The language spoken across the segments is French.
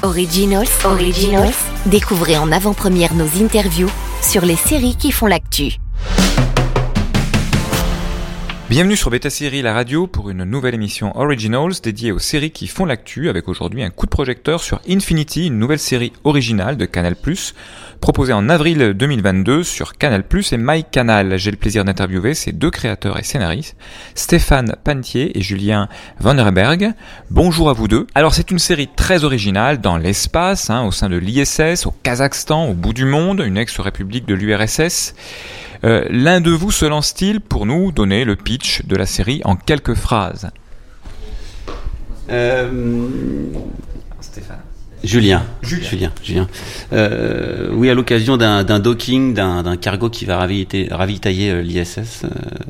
Originals. Découvrez en avant-première nos interviews sur les séries qui font l'actu. Bienvenue sur Beta Série, la radio, pour une nouvelle émission Originals dédiée aux séries qui font l'actu, avec aujourd'hui un coup de projecteur sur Infinity, une nouvelle série originale de Canal+, proposée en avril 2022 sur Canal+, et MyCanal. J'ai le plaisir d'interviewer ces deux créateurs et scénaristes, Stéphane Pantier et Julien Vanderberg. Bonjour à vous deux. Alors c'est une série très originale dans l'espace, au sein de l'ISS, au Kazakhstan, au bout du monde, une ex-république de l'URSS. L'un de vous se lance-t-il pour nous donner le pitch de la série en quelques phrases? Stéphane. Julien. Oui, à l'occasion d'un docking d'un cargo qui va ravitailler l'ISS,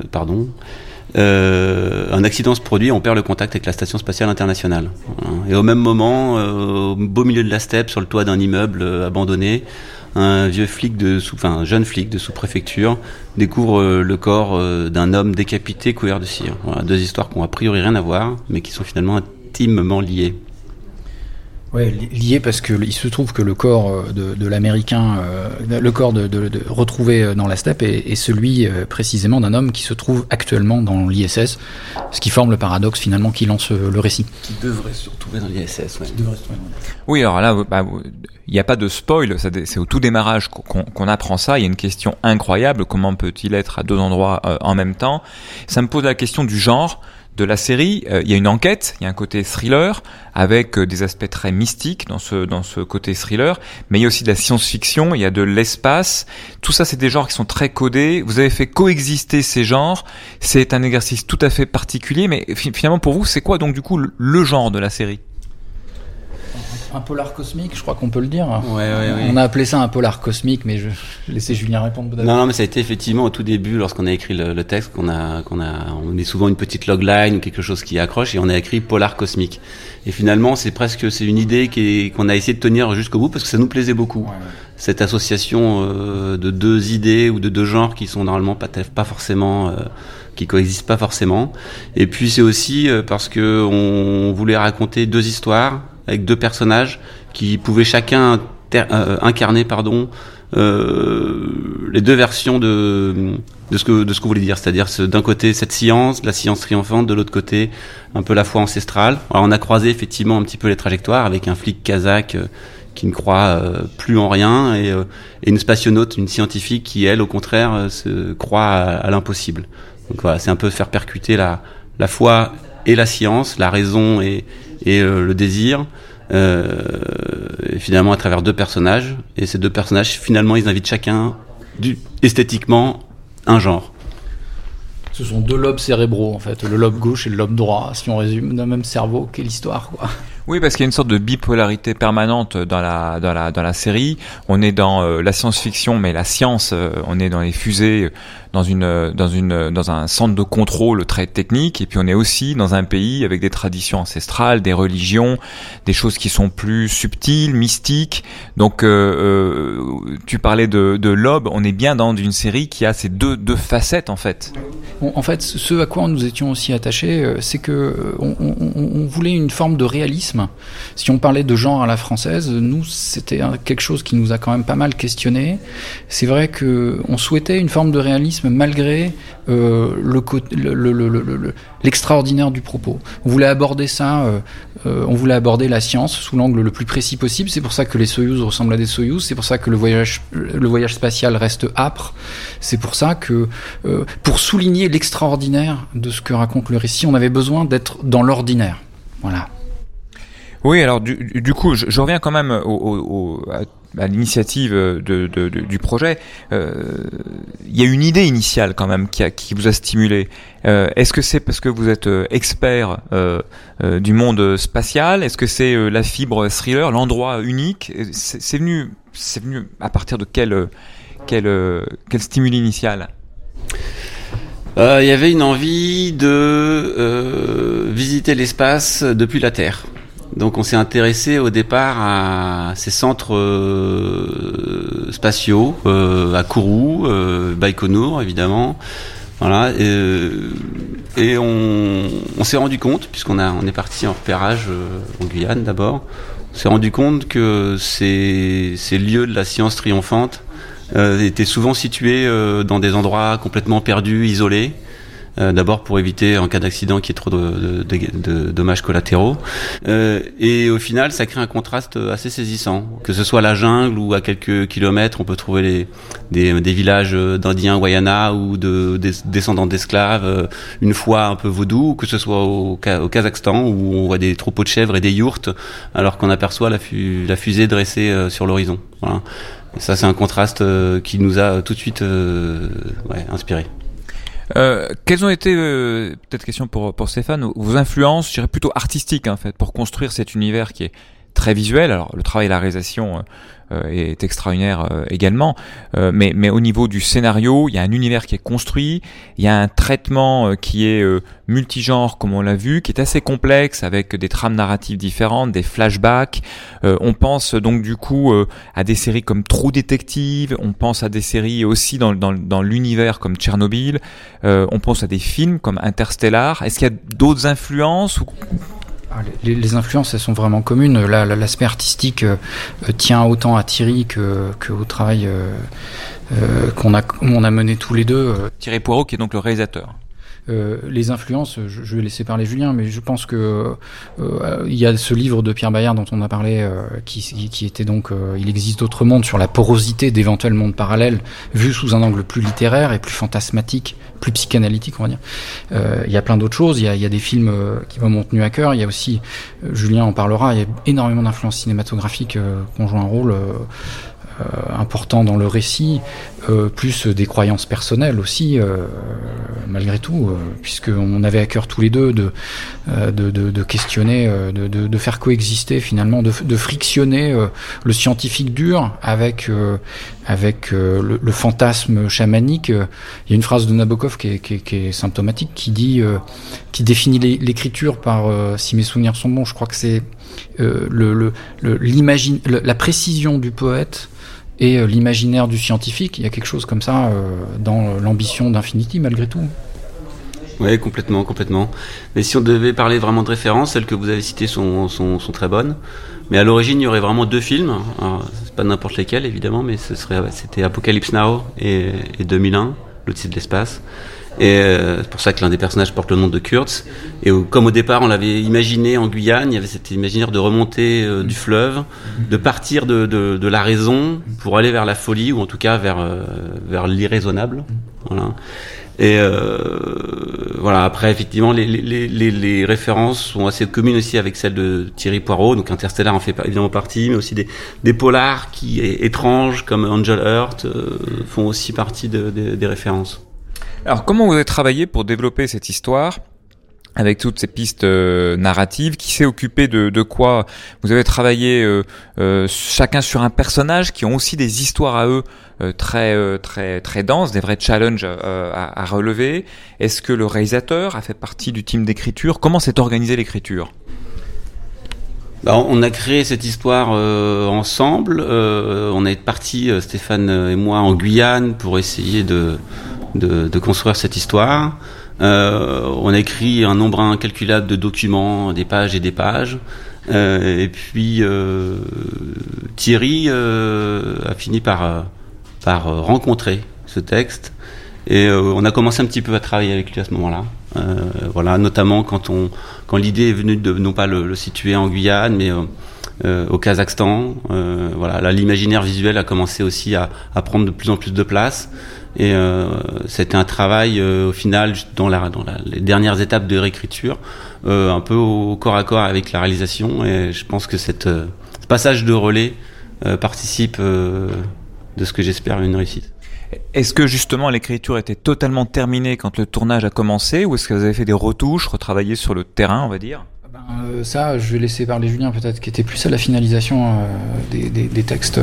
un accident se produit, on perd le contact avec la station spatiale internationale. Et au même moment, au beau milieu de la steppe, sur le toit d'un immeuble abandonné, un jeune flic de sous-préfecture découvre le corps d'un homme décapité couvert de cire. Voilà, deux histoires qui ont a priori rien à voir, mais qui sont finalement intimement liées. Ouais, lié parce que il se trouve que le corps de l'Américain, le corps de retrouvé dans la steppe est celui précisément d'un homme qui se trouve actuellement dans l'ISS, ce qui forme le paradoxe finalement qui lance le récit. Qui devrait se retrouver dans l'ISS, ouais. Oui, alors là, il n'y a pas de spoil, c'est au tout démarrage qu'on apprend ça. Il y a une question incroyable, comment peut-il être à deux endroits en même temps? Ça me pose la question du genre de la série. Il y a une enquête, il y a un côté thriller avec des aspects très mystiques dans ce côté thriller, mais il y a aussi de la science-fiction, il y a de l'espace. Tout ça, c'est des genres qui sont très codés. Vous avez fait coexister ces genres. C'est un exercice tout à fait particulier, mais finalement pour vous, c'est quoi donc du coup le genre de la série? Un polar cosmique, je crois qu'on peut le dire. Ouais. On a appelé ça un polar cosmique, mais je vais laisser Julien répondre. Non, mais ça a été effectivement au tout début, lorsqu'on a écrit le texte, on met souvent une petite logline ou quelque chose qui accroche, et on a écrit polar cosmique. Et finalement, c'est une idée qu'on a essayé de tenir jusqu'au bout parce que ça nous plaisait beaucoup. Ouais. Cette association de deux idées ou de deux genres qui sont normalement pas forcément, qui coexistent pas forcément. Et puis c'est aussi parce que on voulait raconter deux histoires avec deux personnages qui pouvaient chacun incarner les deux versions de ce que vous voulez dire, c'est-à-dire d'un côté la science triomphante, de l'autre côté un peu la foi ancestrale. Alors on a croisé effectivement un petit peu les trajectoires avec un flic kazakh qui ne croit plus en rien et une spationaute, une scientifique qui elle au contraire se croit à l'impossible. Donc voilà, c'est un peu faire percuter la foi et la science, la raison et le désir, et finalement à travers deux personnages. Et ces deux personnages, finalement, ils invitent chacun, esthétiquement, un genre. Ce sont deux lobes cérébraux, en fait, le lobe gauche et le lobe droit. Si on résume d'un même cerveau, quelle histoire, quoi. Oui, parce qu'il y a une sorte de bipolarité permanente dans la série. On est dans la science-fiction, mais la science, on est dans les fusées, dans un centre de contrôle très technique, et puis on est aussi dans un pays avec des traditions ancestrales, des religions, des choses qui sont plus subtiles, mystiques. Donc, tu parlais de Lobe, on est bien dans une série qui a ces deux facettes en fait. En fait, ce à quoi nous étions aussi attachés, c'est que on voulait une forme de réalisme. Si on parlait de genre à la française, nous, c'était quelque chose qui nous a quand même pas mal questionné. C'est vrai qu'on souhaitait une forme de réalisme malgré l'extraordinaire du propos. On voulait aborder ça, on voulait aborder la science sous l'angle le plus précis possible. C'est pour ça que les Soyouz ressemblent à des Soyouz. C'est pour ça que le voyage spatial reste âpre. C'est pour ça que, pour souligner l'extraordinaire de ce que raconte le récit, on avait besoin d'être dans l'ordinaire. Voilà. Oui, alors du coup, je reviens quand même à l'initiative du projet. Il y a une idée initiale quand même qui vous a stimulé. Est-ce que c'est parce que vous êtes expert du monde spatial? Est-ce que c'est la fibre thriller, l'endroit unique? C'est venu à partir de quel stimuli initial? Il y avait une envie de visiter l'espace depuis la Terre. Donc on s'est intéressé au départ à ces centres spatiaux, à Kourou, Baïkonour évidemment. Voilà. Et on s'est rendu compte, puisqu'on est parti en repérage en Guyane d'abord, on s'est rendu compte que ces lieux de la science triomphante étaient souvent situés dans des endroits complètement perdus, isolés. D'abord pour éviter en cas d'accident qu'il y ait trop de dommages collatéraux, et au final ça crée un contraste assez saisissant, que ce soit la jungle ou à quelques kilomètres on peut trouver des villages d'indiens Wayana ou des descendants d'esclaves une fois un peu vaudous, ou que ce soit au Kazakhstan où on voit des troupeaux de chèvres et des yourtes alors qu'on aperçoit la fusée dressée sur l'horizon. Voilà. Et ça c'est un contraste qui nous a tout de suite inspiré. Quelles ont été, peut-être question pour Stéphane, vos influences, je dirais plutôt artistiques en fait, pour construire cet univers qui est très visuel. Alors le travail et la réalisation est extraordinaire également, mais au niveau du scénario, il y a un univers qui est construit, il y a un traitement qui est multigenre comme on l'a vu, qui est assez complexe avec des trames narratives différentes, des flashbacks. On pense donc du coup à des séries comme True Detective, on pense à des séries aussi dans l'univers comme Tchernobyl, on pense à des films comme Interstellar. Est-ce qu'il y a d'autres influences ou... Les influences, elles sont vraiment communes. L'aspect artistique tient autant à Thierry qu'au travail qu'on a mené tous les deux. Thierry Poireau, qui est donc le réalisateur. Les influences, je vais laisser parler Julien, mais je pense que il y a ce livre de Pierre Bayard dont on a parlé, qui était donc Il existe d'autres mondes, sur la porosité d'éventuels mondes parallèles vus sous un angle plus littéraire et plus fantasmatique, plus psychanalytique, on va dire. Il y a plein d'autres choses. Il y a des films qui m'ont tenu à cœur. Il y a aussi, Julien en parlera, il y a énormément d'influences cinématographiques qui ont joué un rôle important dans le récit, plus des croyances personnelles aussi, malgré tout, puisqu'on avait à cœur tous les deux de questionner, de faire coexister finalement, de frictionner le scientifique dur avec le fantasme chamanique. Il y a une phrase de Nabokov qui est symptomatique, qui définit l'écriture par, si mes souvenirs sont bons, je crois que c'est la précision du poète et l'imaginaire du scientifique. Il y a quelque chose comme ça dans l'ambition d'Infinity, malgré tout. Oui, complètement. Mais si on devait parler vraiment de références, celles que vous avez citées sont très bonnes. Mais à l'origine, il y aurait vraiment deux films. Alors, c'est pas n'importe lesquels, évidemment, mais c'était Apocalypse Now et 2001, l'Odyssée de l'espace. Et c'est pour ça que l'un des personnages porte le nom de Kurtz. Et comme au départ on l'avait imaginé en Guyane, il y avait cet imaginaire de remonter du fleuve, de partir de la raison pour aller vers la folie, ou en tout cas vers l'irraisonnable. Voilà. Et voilà. Après, effectivement, les références sont assez communes aussi avec celles de Thierry Poireau. Donc Interstellar en fait évidemment partie, mais aussi des polars qui étranges comme Angel Heart font aussi partie des références. Alors, comment vous avez travaillé pour développer cette histoire avec toutes ces pistes narratives? Qui s'est occupé de quoi? Vous avez travaillé chacun sur un personnage, qui ont aussi des histoires à eux très denses, des vrais challenges à relever. Est-ce que le réalisateur a fait partie du team d'écriture? Comment s'est organisée l'écriture? On a créé cette histoire ensemble. On est parti, Stéphane et moi, en Guyane pour essayer de construire cette histoire. On a écrit un nombre incalculable de documents, des pages et des pages. Et puis Thierry a fini par rencontrer ce texte. Et on a commencé un petit peu à travailler avec lui à ce moment-là. Voilà, notamment quand l'idée est venue de non pas le situer en Guyane, mais au Kazakhstan. Voilà, là, l'imaginaire visuel a commencé aussi à prendre de plus en plus de place. Et c'était un travail au final dans les dernières étapes de réécriture, un peu au corps à corps avec la réalisation. Et je pense que ce passage de relais participe de ce que j'espère une réussite. Est-ce que justement l'écriture était totalement terminée quand le tournage a commencé, ou est-ce que vous avez fait des retouches, retravaillé sur le terrain, on va dire? Ça, je vais laisser parler Julien, peut-être, qui était plus à la finalisation des textes.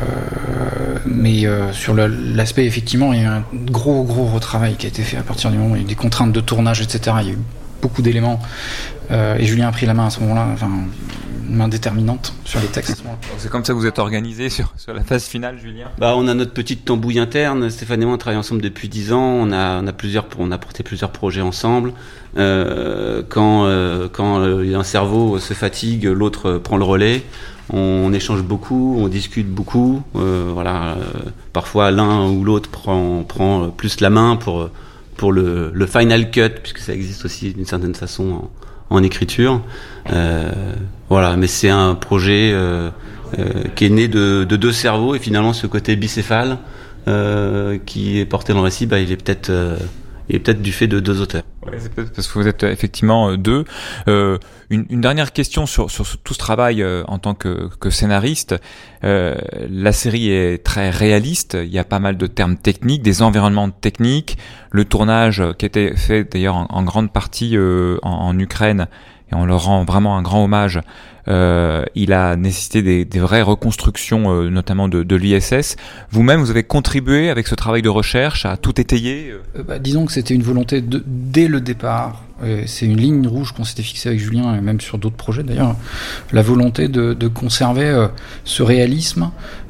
Mais sur l'aspect, effectivement, il y a un gros retravail qui a été fait à partir du moment où il y a eu des contraintes de tournage, etc. Il y a eu beaucoup d'éléments. Et Julien a pris la main à ce moment-là. Enfin, main déterminante sur les textes. C'est comme ça que vous êtes organisé sur la phase finale, Julien? On a notre petite tambouille interne. Stéphane et moi, on travaille ensemble depuis 10 ans. On a porté plusieurs projets ensemble. Quand un cerveau se fatigue, l'autre prend le relais. On échange beaucoup, on discute beaucoup. Parfois, l'un ou l'autre prend plus la main pour le final cut, puisque ça existe aussi d'une certaine façon en écriture. Mais c'est un projet qui est né de deux cerveaux, et finalement ce côté bicéphale qui est porté dans le récit, il est peut-être du fait de deux auteurs. Ouais, c'est peut-être parce que vous êtes effectivement deux. Une dernière question sur tout ce travail en tant que scénariste. La série est très réaliste. Il y a pas mal de termes techniques, des environnements techniques. Le tournage qui a été fait d'ailleurs en grande partie en Ukraine, et on leur rend vraiment un grand hommage. Il a nécessité des vraies reconstructions, notamment de l'ISS. Vous-même, vous avez contribué avec ce travail de recherche à tout étayer? Disons que c'était une volonté dès le départ. C'est une ligne rouge qu'on s'était fixée avec Julien, et même sur d'autres projets d'ailleurs, la volonté de conserver ce réalisme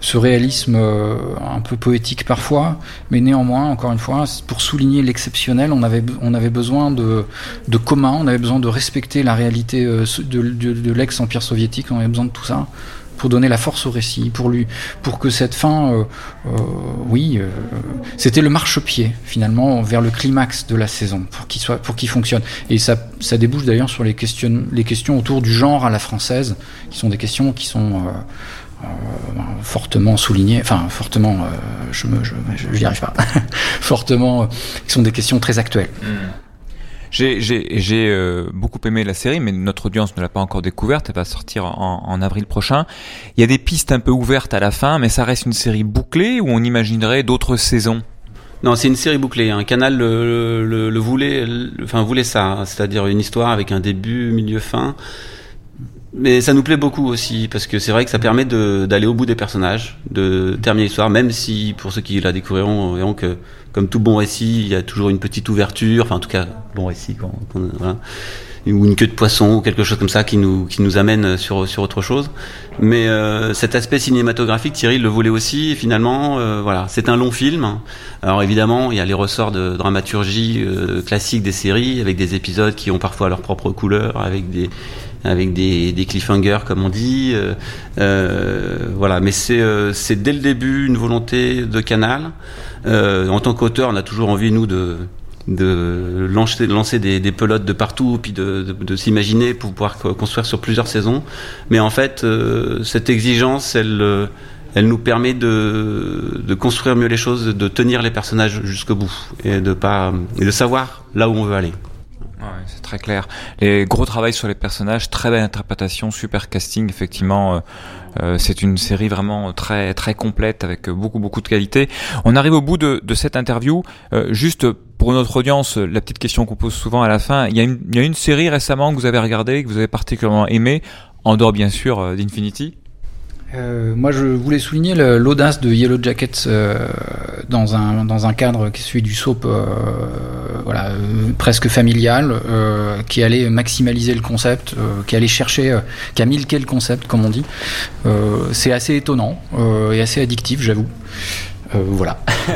un peu poétique parfois, mais néanmoins, encore une fois, pour souligner l'exceptionnel, on avait besoin de commun, on avait besoin de respecter la réalité de l'ex-empire soviétique, on avait besoin de tout ça pour donner la force au récit, pour que cette fin, c'était le marchepied finalement vers le climax de la saison, pour qu'il fonctionne. Et ça débouche d'ailleurs sur les questions autour du genre à la française, qui sont des questions qui sont fortement soulignées, je n'y arrive pas, fortement, qui sont des questions très actuelles. J'ai beaucoup aimé la série, mais notre audience ne l'a pas encore découverte. Elle va sortir en avril prochain. Il y a des pistes un peu ouvertes à la fin, mais ça reste une série bouclée, ou on imaginerait d'autres saisons? Non, c'est une série bouclée. Un Canal voulait ça, c'est-à-dire une histoire avec un début, milieu, fin. Mais ça nous plaît beaucoup aussi, parce que c'est vrai que ça permet d'aller au bout des personnages, de terminer l'histoire, même si, pour ceux qui la découvriront, verront que, comme tout bon récit, il y a toujours une petite ouverture, en tout cas, bon récit, ou une queue de poisson, ou quelque chose comme ça, qui nous amène sur autre chose. Mais cet aspect cinématographique, Thierry le voulait aussi, et finalement, c'est un long film. Alors évidemment, il y a les ressorts de dramaturgie classique des séries, avec des épisodes qui ont parfois leur propre couleur, avec des cliffhangers comme on dit, mais c'est dès le début une volonté de Canal. En tant qu'auteur, on a toujours envie nous de lancer des pelotes de partout, puis de s'imaginer pour pouvoir construire sur plusieurs saisons. Mais en fait, cette exigence, elle nous permet de construire mieux les choses, de tenir les personnages jusqu'au bout et de savoir là où on veut aller. Ouais, c'est très clair. Les gros travail sur les personnages, très belle interprétation, super casting, effectivement. C'est une série vraiment très très complète avec beaucoup de qualité. On arrive au bout de cette interview. Juste pour notre audience, la petite question qu'on pose souvent à la fin, il y a une série récemment que vous avez regardée, que vous avez particulièrement aimée, en dehors bien sûr d'Infinity? Moi, je voulais souligner l'audace de Yellow Jackets dans un cadre qui est celui du soap, presque familial, qui allait maximaliser le concept, qui allait chercher, qui a milqué le concept, comme on dit. C'est assez étonnant et assez addictif, j'avoue. Voilà.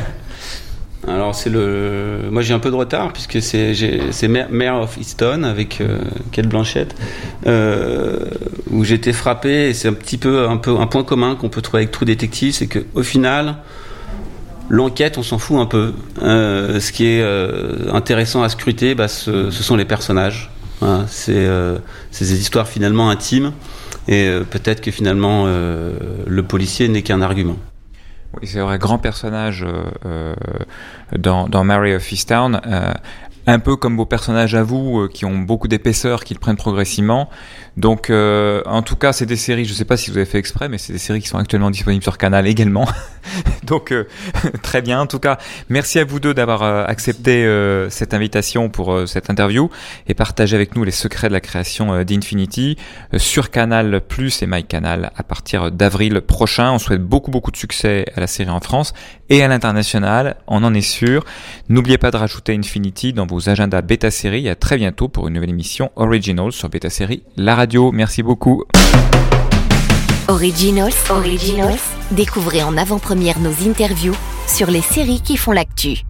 Alors moi j'ai un peu de retard puisque c'est Mare of Easton avec Cate Blanchett où j'ai été frappé, et c'est un peu un point commun qu'on peut trouver avec True Detective, c'est que au final l'enquête on s'en fout un peu. Ce qui est intéressant à scruter, ce sont les personnages. Voilà, c'est des histoires finalement intimes, et peut-être que finalement le policier n'est qu'un argument. Oui, c'est vrai, grand personnage dans Mare of Easttown, un peu comme vos personnages à vous, qui ont beaucoup d'épaisseur, qui le prennent progressivement. Donc, en tout cas, c'est des séries, je ne sais pas si vous avez fait exprès, mais c'est des séries qui sont actuellement disponibles sur Canal également. Donc, très bien. En tout cas, merci à vous deux d'avoir accepté cette invitation pour cette interview et partagé avec nous les secrets de la création d'Infinity sur Canal Plus et MyCanal à partir d'avril prochain. On souhaite beaucoup de succès à la série en France et à l'international, on en est sûr. N'oubliez pas de rajouter Infinity dans vos agendas Beta Série. À très bientôt pour une nouvelle émission Originals sur Beta Série, la radio. Merci beaucoup. Originals. Découvrez en avant-première nos interviews sur les séries qui font l'actu.